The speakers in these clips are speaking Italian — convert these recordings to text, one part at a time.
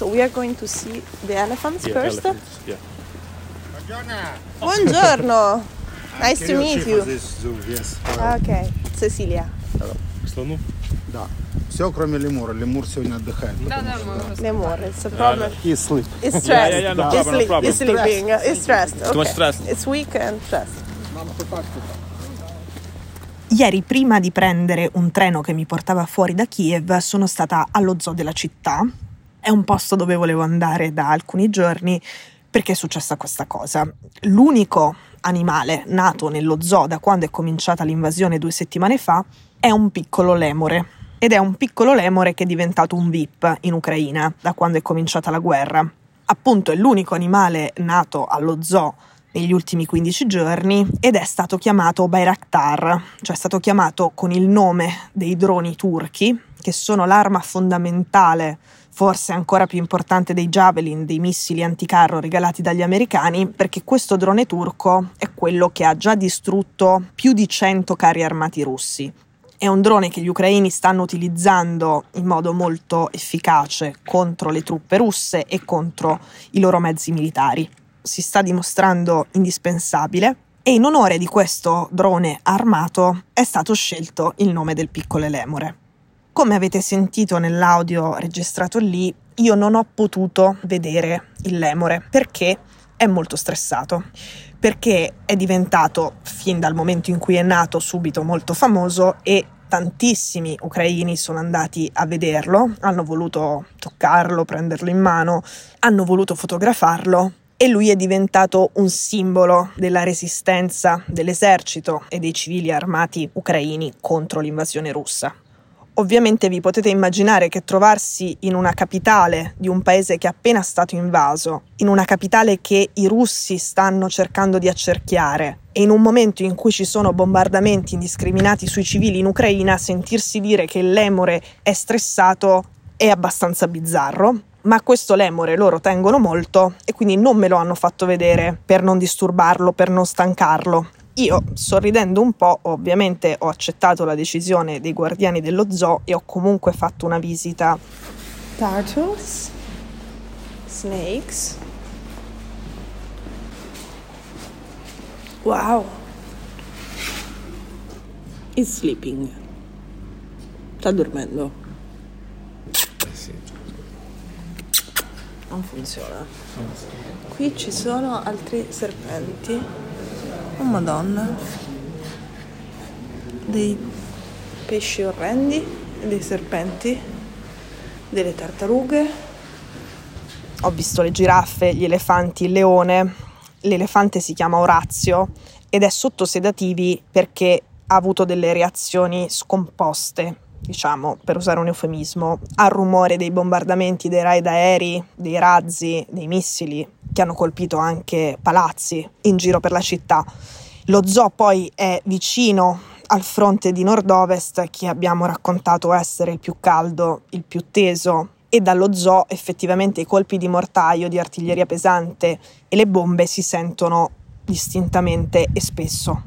So we are going to see the elephants first. Elephants, yeah. Buongiorno. Nice to meet you. Yes. Okay. Cecilia. Слону? Да. Все, кроме лемура. Лемур сегодня отдыхает. Lemur, it's a problem. И sleep. It's stressed. Yeah, no It's problem, no problem. It's sleeping. It's stressed. Too much Okay. stress. It's weak and stressed. Ieri, prima di prendere un treno che mi portava fuori da Kiev, sono stata allo zoo della città. È un posto dove volevo andare da alcuni giorni perché è successa questa cosa. L'unico animale nato nello zoo da quando è cominciata l'invasione 2 settimane fa è un piccolo lemure. Ed è un piccolo lemure che è diventato un VIP in Ucraina da quando è cominciata la guerra. Appunto è l'unico animale nato allo zoo negli ultimi 15 giorni ed è stato chiamato Bayraktar, cioè è stato chiamato con il nome dei droni turchi, che sono l'arma fondamentale, forse ancora più importante dei Javelin, dei missili anticarro regalati dagli americani, perché questo drone turco è quello che ha già distrutto più di 100 carri armati russi. È un drone che gli ucraini stanno utilizzando in modo molto efficace contro le truppe russe e contro i loro mezzi militari. Si sta dimostrando indispensabile e in onore di questo drone armato è stato scelto il nome del piccolo lemure. Come avete sentito nell'audio registrato lì, io non ho potuto vedere il lemure perché è molto stressato, perché è diventato, fin dal momento in cui è nato, subito molto famoso e tantissimi ucraini sono andati a vederlo, hanno voluto toccarlo, prenderlo in mano, hanno voluto fotografarlo e lui è diventato un simbolo della resistenza dell'esercito e dei civili armati ucraini contro l'invasione russa. Ovviamente vi potete immaginare che trovarsi in una capitale di un paese che è appena stato invaso, in una capitale che i russi stanno cercando di accerchiare e in un momento in cui ci sono bombardamenti indiscriminati sui civili in Ucraina, sentirsi dire che il lemure è stressato è abbastanza bizzarro. Ma questo lemure loro tengono molto e quindi non me lo hanno fatto vedere per non disturbarlo, per non stancarlo. Io, sorridendo un po', ovviamente ho accettato la decisione dei guardiani dello zoo e ho comunque fatto una visita. Turtles. Snakes. Wow. It's sleeping. Sta dormendo. Non funziona. Qui ci sono altri serpenti. Oh madonna. Dei pesci orrendi, dei serpenti, delle tartarughe. Ho visto le giraffe, gli elefanti, il leone. L'elefante si chiama Orazio ed è sotto sedativi perché ha avuto delle reazioni scomposte, diciamo, per usare un eufemismo, al rumore dei bombardamenti dei raid aerei, dei razzi, dei missili che hanno colpito anche palazzi in giro per la città. Lo zoo poi è vicino al fronte di nord-ovest, che abbiamo raccontato essere il più caldo, il più teso, e dallo zoo effettivamente i colpi di mortaio, di artiglieria pesante e le bombe si sentono distintamente e spesso.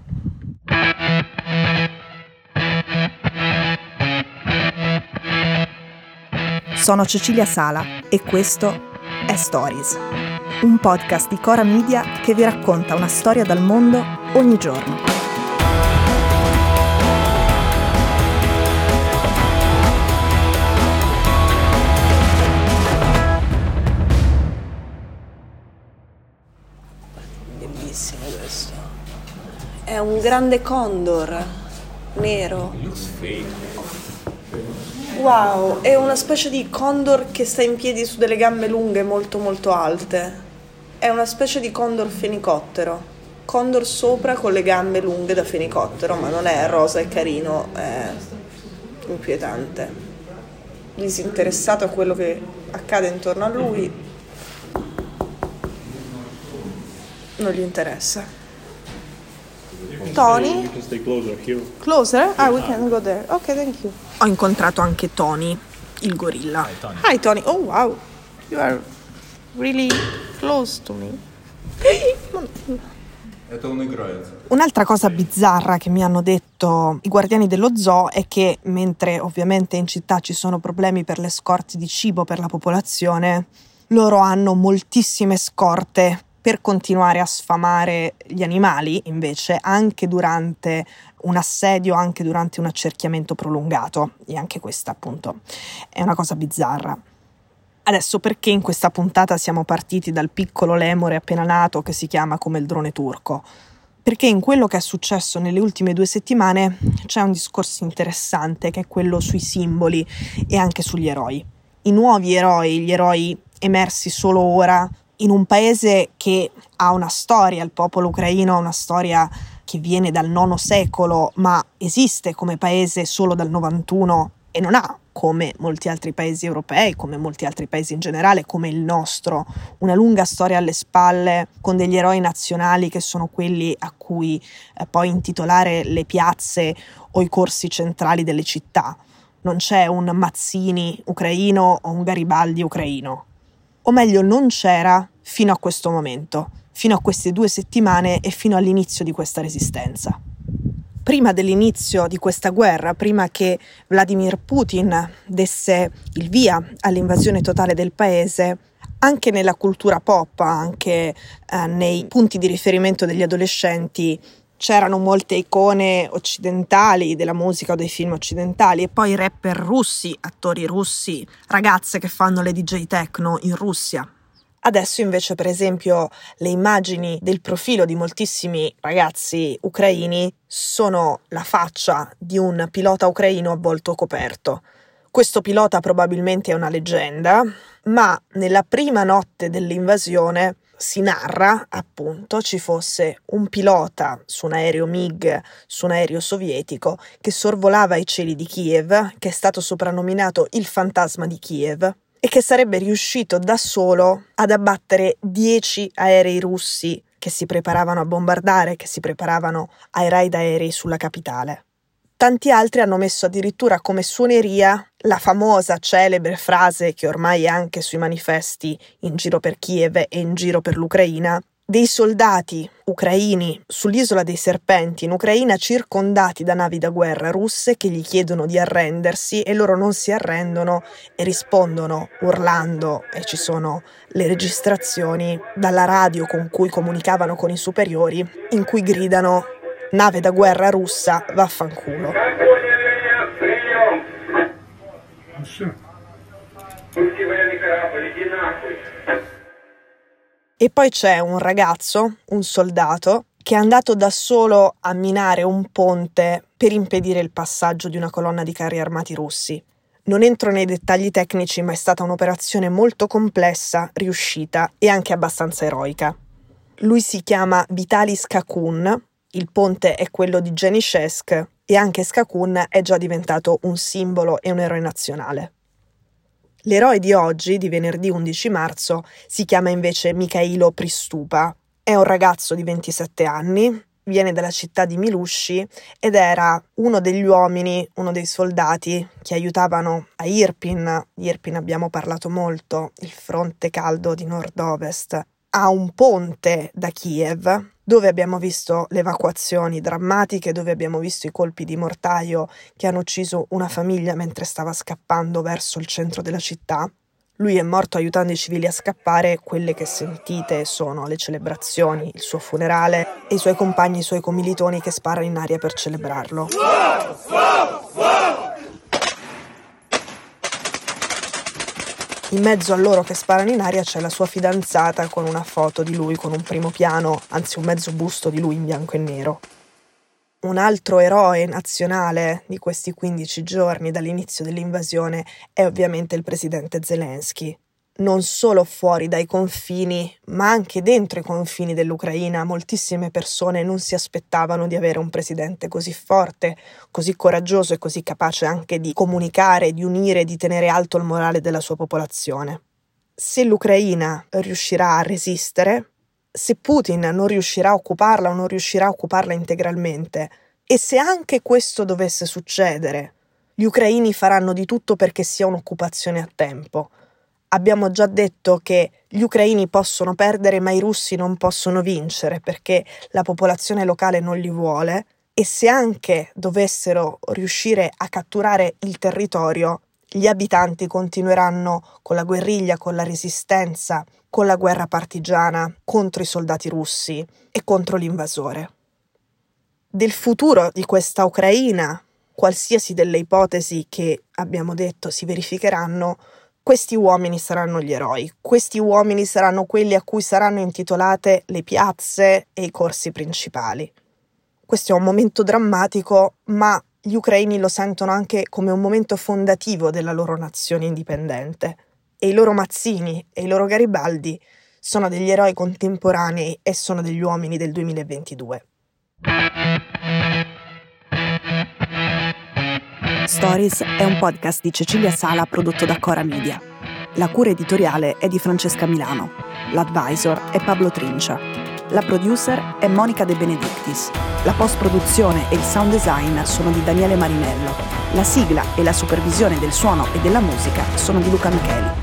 Sono Cecilia Sala e questo è Stories, un podcast di Cora Media che vi racconta una storia dal mondo ogni giorno. Bellissimo questo. È un grande condor nero. Wow, è una specie di condor che sta in piedi su delle gambe lunghe molto molto alte. È una specie di condor fenicottero. Condor sopra con le gambe lunghe da fenicottero, ma non è rosa e carino, è inquietante. Disinteressato a quello che accade intorno a lui, non gli interessa. Tony? You can stay closer here. Closer? Ah, we can go there. Ok, thank you. Ho incontrato anche Tony, il gorilla. Hi Tony. Oh wow, you are really close to me. Это он играет. Un'altra cosa bizzarra che mi hanno detto i guardiani dello zoo è che, mentre ovviamente in città ci sono problemi per le scorte di cibo per la popolazione, loro hanno moltissime scorte per continuare a sfamare gli animali, invece, anche durante un assedio, anche durante un accerchiamento prolungato. E anche questa, appunto, è una cosa bizzarra. Adesso, perché in questa puntata siamo partiti dal piccolo lemure appena nato che si chiama come il drone turco? Perché in quello che è successo nelle ultime 2 settimane c'è un discorso interessante, che è quello sui simboli e anche sugli eroi. I nuovi eroi, gli eroi emersi solo ora, in un paese che ha una storia, il popolo ucraino ha una storia che viene dal IX secolo, ma esiste come paese solo dal 91 e non ha, come molti altri paesi europei, come molti altri paesi in generale, come il nostro, una lunga storia alle spalle con degli eroi nazionali che sono quelli a cui poi intitolare le piazze o i corsi centrali delle città. Non c'è un Mazzini ucraino o un Garibaldi ucraino. O meglio, non c'era fino a questo momento, fino a queste 2 settimane e fino all'inizio di questa resistenza. Prima dell'inizio di questa guerra, prima che Vladimir Putin desse il via all'invasione totale del paese, anche nella cultura pop, anche nei punti di riferimento degli adolescenti, c'erano molte icone occidentali della musica o dei film occidentali e poi rapper russi, attori russi, ragazze che fanno le DJ techno in Russia. Adesso invece, per esempio, le immagini del profilo di moltissimi ragazzi ucraini sono la faccia di un pilota ucraino a volto coperto. Questo pilota probabilmente è una leggenda, ma nella prima notte dell'invasione si narra, appunto, ci fosse un pilota su un aereo MiG, su un aereo sovietico, che sorvolava i cieli di Kiev, che è stato soprannominato il fantasma di Kiev, e che sarebbe riuscito da solo ad abbattere 10 aerei russi che si preparavano a bombardare, che si preparavano ai raid aerei sulla capitale. Tanti altri hanno messo addirittura come suoneria la famosa, celebre frase che ormai è anche sui manifesti in giro per Kiev e in giro per l'Ucraina, dei soldati ucraini sull'isola dei Serpenti in Ucraina circondati da navi da guerra russe che gli chiedono di arrendersi e loro non si arrendono e rispondono urlando, e ci sono le registrazioni dalla radio con cui comunicavano con i superiori, in cui gridano: nave da guerra russa, vaffanculo. E poi c'è un ragazzo, un soldato, che è andato da solo a minare un ponte per impedire il passaggio di una colonna di carri armati russi. Non entro nei dettagli tecnici, ma è stata un'operazione molto complessa, riuscita e anche abbastanza eroica. Lui si chiama Vitali Skakun, il ponte è quello di Genichesk e anche Skakun è già diventato un simbolo e un eroe nazionale. L'eroe di oggi, di venerdì 11 marzo, si chiama invece Mikhailo Pristupa. È un ragazzo di 27 anni, viene dalla città di Milushi ed era uno degli uomini, uno dei soldati che aiutavano a Irpin. Di Irpin abbiamo parlato molto, il fronte caldo di nord-ovest, a un ponte da Kiev, dove abbiamo visto le evacuazioni drammatiche, dove abbiamo visto i colpi di mortaio che hanno ucciso una famiglia mentre stava scappando verso il centro della città. Lui è morto aiutando i civili a scappare, quelle che sentite sono le celebrazioni, il suo funerale e i suoi compagni, i suoi commilitoni che sparano in aria per celebrarlo. In mezzo a loro che sparano in aria c'è la sua fidanzata con una foto di lui con un primo piano, anzi un mezzo busto di lui in bianco e nero. Un altro eroe nazionale di questi 15 giorni dall'inizio dell'invasione è ovviamente il presidente Zelensky. Non solo fuori dai confini, ma anche dentro i confini dell'Ucraina, moltissime persone non si aspettavano di avere un presidente così forte, così coraggioso e così capace anche di comunicare, di unire, di tenere alto il morale della sua popolazione. Se l'Ucraina riuscirà a resistere, se Putin non riuscirà a occuparla o non riuscirà a occuparla integralmente, e se anche questo dovesse succedere, gli ucraini faranno di tutto perché sia un'occupazione a tempo. Abbiamo già detto che gli ucraini possono perdere ma i russi non possono vincere perché la popolazione locale non li vuole, e se anche dovessero riuscire a catturare il territorio, gli abitanti continueranno con la guerriglia, con la resistenza, con la guerra partigiana contro i soldati russi e contro l'invasore. Del futuro di questa Ucraina, qualsiasi delle ipotesi che abbiamo detto si verificheranno, questi uomini saranno gli eroi, questi uomini saranno quelli a cui saranno intitolate le piazze e i corsi principali. Questo è un momento drammatico, ma gli ucraini lo sentono anche come un momento fondativo della loro nazione indipendente. E i loro Mazzini e i loro Garibaldi sono degli eroi contemporanei e sono degli uomini del 2022. Stories è un podcast di Cecilia Sala prodotto da Cora Media. La cura editoriale è di Francesca Milano. L'advisor è Pablo Trincia. La producer è Monica De Benedictis. La post-produzione e il sound design sono di Daniele Marinello. La sigla e la supervisione del suono e della musica sono di Luca Micheli.